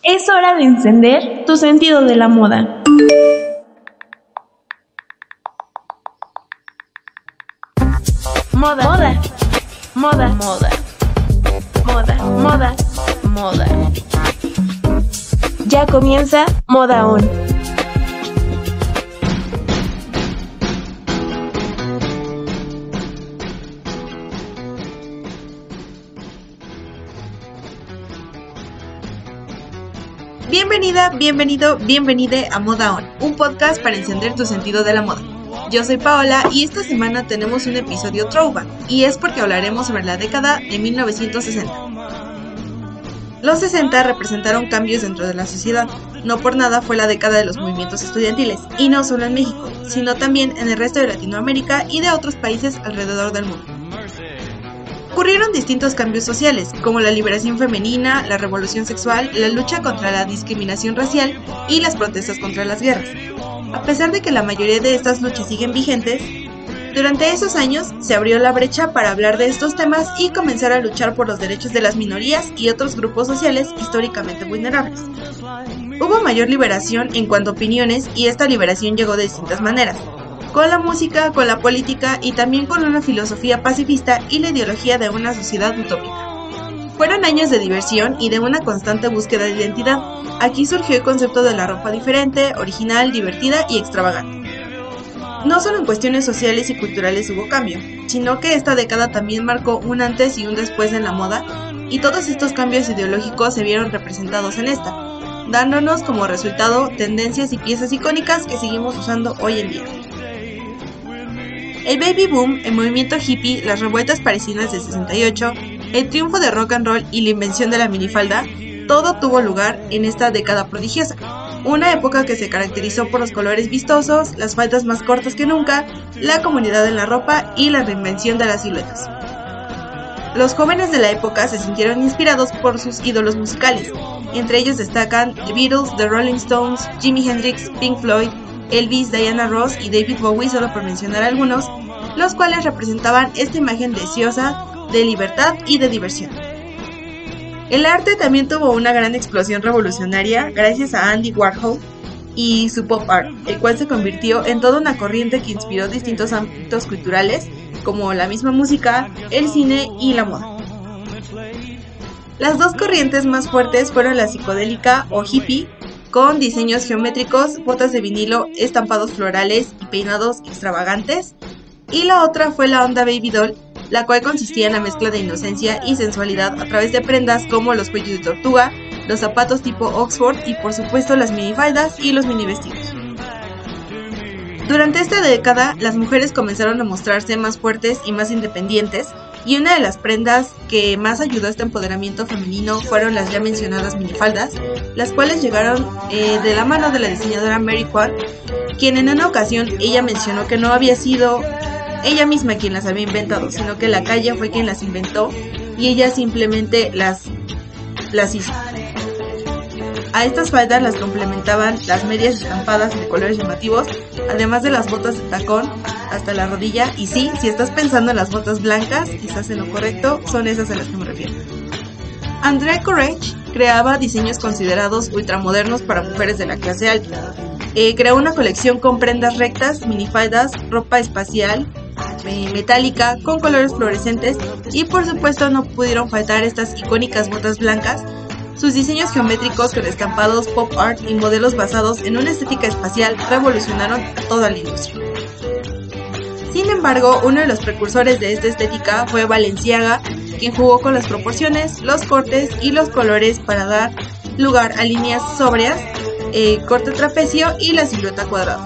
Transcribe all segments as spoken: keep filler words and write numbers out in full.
Es hora de encender tu sentido de la moda. Moda, moda, moda, moda, moda, moda, moda. Ya comienza Moda On. Bienvenida, bienvenido, bienvenide a Moda On, un podcast para encender tu sentido de la moda. Yo soy Paola y esta semana tenemos un episodio throwback, y es porque hablaremos sobre la década de mil novecientos sesenta. Los sesenta representaron cambios dentro de la sociedad. No por nada fue la década de los movimientos estudiantiles, y no solo en México, sino también en el resto de Latinoamérica y de otros países alrededor del mundo. Ocurrieron distintos cambios sociales, como la liberación femenina, la revolución sexual, la lucha contra la discriminación racial y las protestas contra las guerras. A pesar de que la mayoría de estas luchas siguen vigentes, durante esos años se abrió la brecha para hablar de estos temas y comenzar a luchar por los derechos de las minorías y otros grupos sociales históricamente vulnerables. Hubo mayor liberación en cuanto a opiniones, y esta liberación llegó de distintas maneras: con la música, con la política y también con una filosofía pacifista y la ideología de una sociedad utópica. Fueron años de diversión y de una constante búsqueda de identidad. Aquí surgió el concepto de la ropa diferente, original, divertida y extravagante. No solo en cuestiones sociales y culturales hubo cambio, sino que esta década también marcó un antes y un después en la moda, y todos estos cambios ideológicos se vieron representados en esta, dándonos como resultado tendencias y piezas icónicas que seguimos usando hoy en día. El baby boom, el movimiento hippie, las revueltas parisinas del sesenta y ocho, el triunfo de rock and roll y la invención de la minifalda, todo tuvo lugar en esta década prodigiosa. Una época que se caracterizó por los colores vistosos, las faldas más cortas que nunca, la comodidad en la ropa y la reinvención de las siluetas. Los jóvenes de la época se sintieron inspirados por sus ídolos musicales. Entre ellos destacan The Beatles, The Rolling Stones, Jimi Hendrix, Pink Floyd, Elvis, Diana Ross y David Bowie, solo por mencionar algunos, los cuales representaban esta imagen deseosa de libertad y de diversión. El arte también tuvo una gran explosión revolucionaria gracias a Andy Warhol y su pop art, el cual se convirtió en toda una corriente que inspiró distintos ámbitos culturales, como la misma música, el cine y la moda. Las dos corrientes más fuertes fueron la psicodélica o hippie, con diseños geométricos, botas de vinilo, estampados florales y peinados extravagantes, y la otra fue la onda baby doll, la cual consistía en la mezcla de inocencia y sensualidad a través de prendas como los cuellos de tortuga, los zapatos tipo Oxford y por supuesto las minifaldas y los mini vestidos. Durante esta década, las mujeres comenzaron a mostrarse más fuertes y más independientes, y una de las prendas que más ayudó a este empoderamiento femenino fueron las ya mencionadas minifaldas, las cuales llegaron eh, de la mano de la diseñadora Mary Quant, quien en una ocasión ella mencionó que no había sido ella misma quien las había inventado, sino que la calle fue quien las inventó y ella simplemente las, las hizo. A estas faldas las complementaban las medias estampadas de colores llamativos, además de las botas de tacón hasta la rodilla, y sí, si estás pensando en las botas blancas, estás en lo correcto, son esas a las que me refiero. André Courrèges creaba diseños considerados ultramodernos para mujeres de la clase alta. Eh, creó una colección con prendas rectas, minifaldas, ropa espacial, eh, metálica, con colores fluorescentes, y por supuesto no pudieron faltar estas icónicas botas blancas. Sus diseños geométricos con estampados, pop art y modelos basados en una estética espacial revolucionaron a toda la industria. Sin embargo, uno de los precursores de esta estética fue Balenciaga, quien jugó con las proporciones, los cortes y los colores para dar lugar a líneas sobrias, eh, corte trapecio y la silueta cuadrada.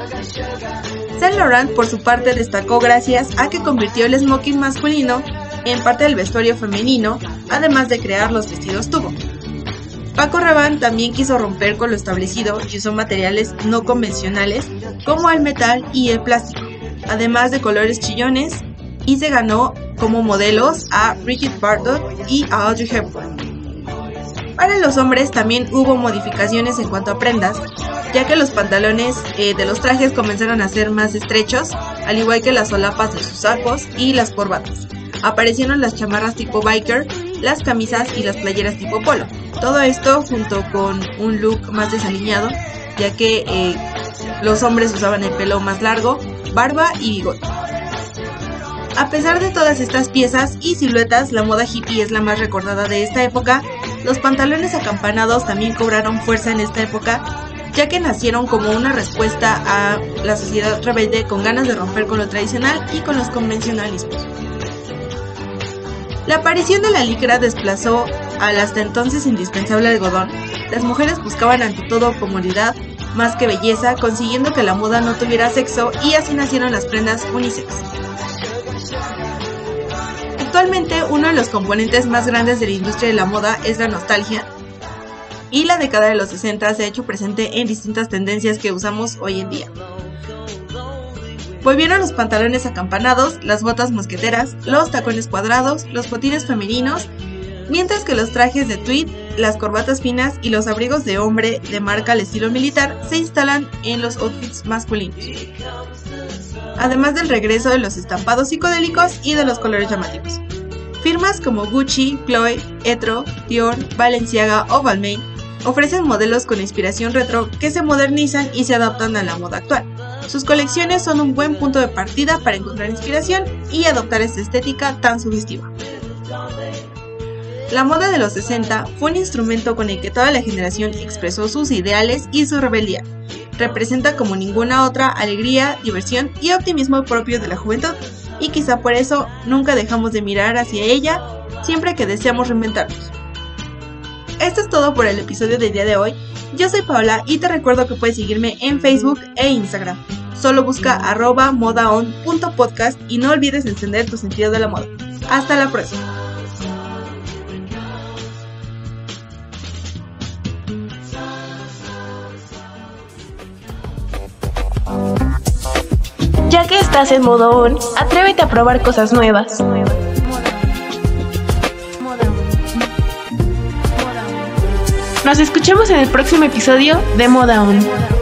Saint Laurent, por su parte, destacó gracias a que convirtió el smoking masculino en parte del vestuario femenino, además de crear los vestidos tubo. Paco Rabanne también quiso romper con lo establecido y usó materiales no convencionales como el metal y el plástico, además de colores chillones, y se ganó como modelos a Brigitte Bardot y a Audrey Hepburn. Para los hombres también hubo modificaciones en cuanto a prendas, ya que los pantalones eh, de los trajes comenzaron a ser más estrechos, al igual que las solapas de sus sacos y las corbatas. Aparecieron las chamarras tipo biker, las camisas y las playeras tipo polo. Todo esto junto con un look más desaliñado, ya que eh, los hombres usaban el pelo más largo, barba y bigote. A pesar de todas estas piezas y siluetas, la moda hippie es la más recordada de esta época. Los pantalones acampanados también cobraron fuerza en esta época, ya que nacieron como una respuesta a la sociedad rebelde con ganas de romper con lo tradicional y con los convencionalismos. La aparición de la licra desplazó al hasta entonces indispensable algodón. Las mujeres buscaban ante todo comodidad más que belleza, consiguiendo que la moda no tuviera sexo, y así nacieron las prendas unisex. Actualmente, uno de los componentes más grandes de la industria de la moda es la nostalgia, y la década de los sesenta se ha hecho presente en distintas tendencias que usamos hoy en día. Volvieron los pantalones acampanados, las botas mosqueteras, los tacones cuadrados, los botines femeninos, mientras que los trajes de tweed, las corbatas finas y los abrigos de hombre de marca al estilo militar se instalan en los outfits masculinos. Además del regreso de los estampados psicodélicos y de los colores llamativos. Firmas como Gucci, Chloe, Etro, Dior, Balenciaga o Balmain ofrecen modelos con inspiración retro que se modernizan y se adaptan a la moda actual. Sus colecciones son un buen punto de partida para encontrar inspiración y adoptar esta estética tan sugestiva. La moda de los sesenta fue un instrumento con el que toda la generación expresó sus ideales y su rebeldía. Representa como ninguna otra alegría, diversión y optimismo propio de la juventud, y quizá por eso nunca dejamos de mirar hacia ella siempre que deseamos reinventarnos. Esto es todo por el episodio del día de hoy. Yo soy Paola y te recuerdo que puedes seguirme en Facebook e Instagram. Solo busca arroba modaon punto podcast y no olvides encender tu sentido de la moda. Hasta la próxima. Ya que estás en modo on, atrévete a probar cosas nuevas. Nos escuchamos en el próximo episodio de Moda On.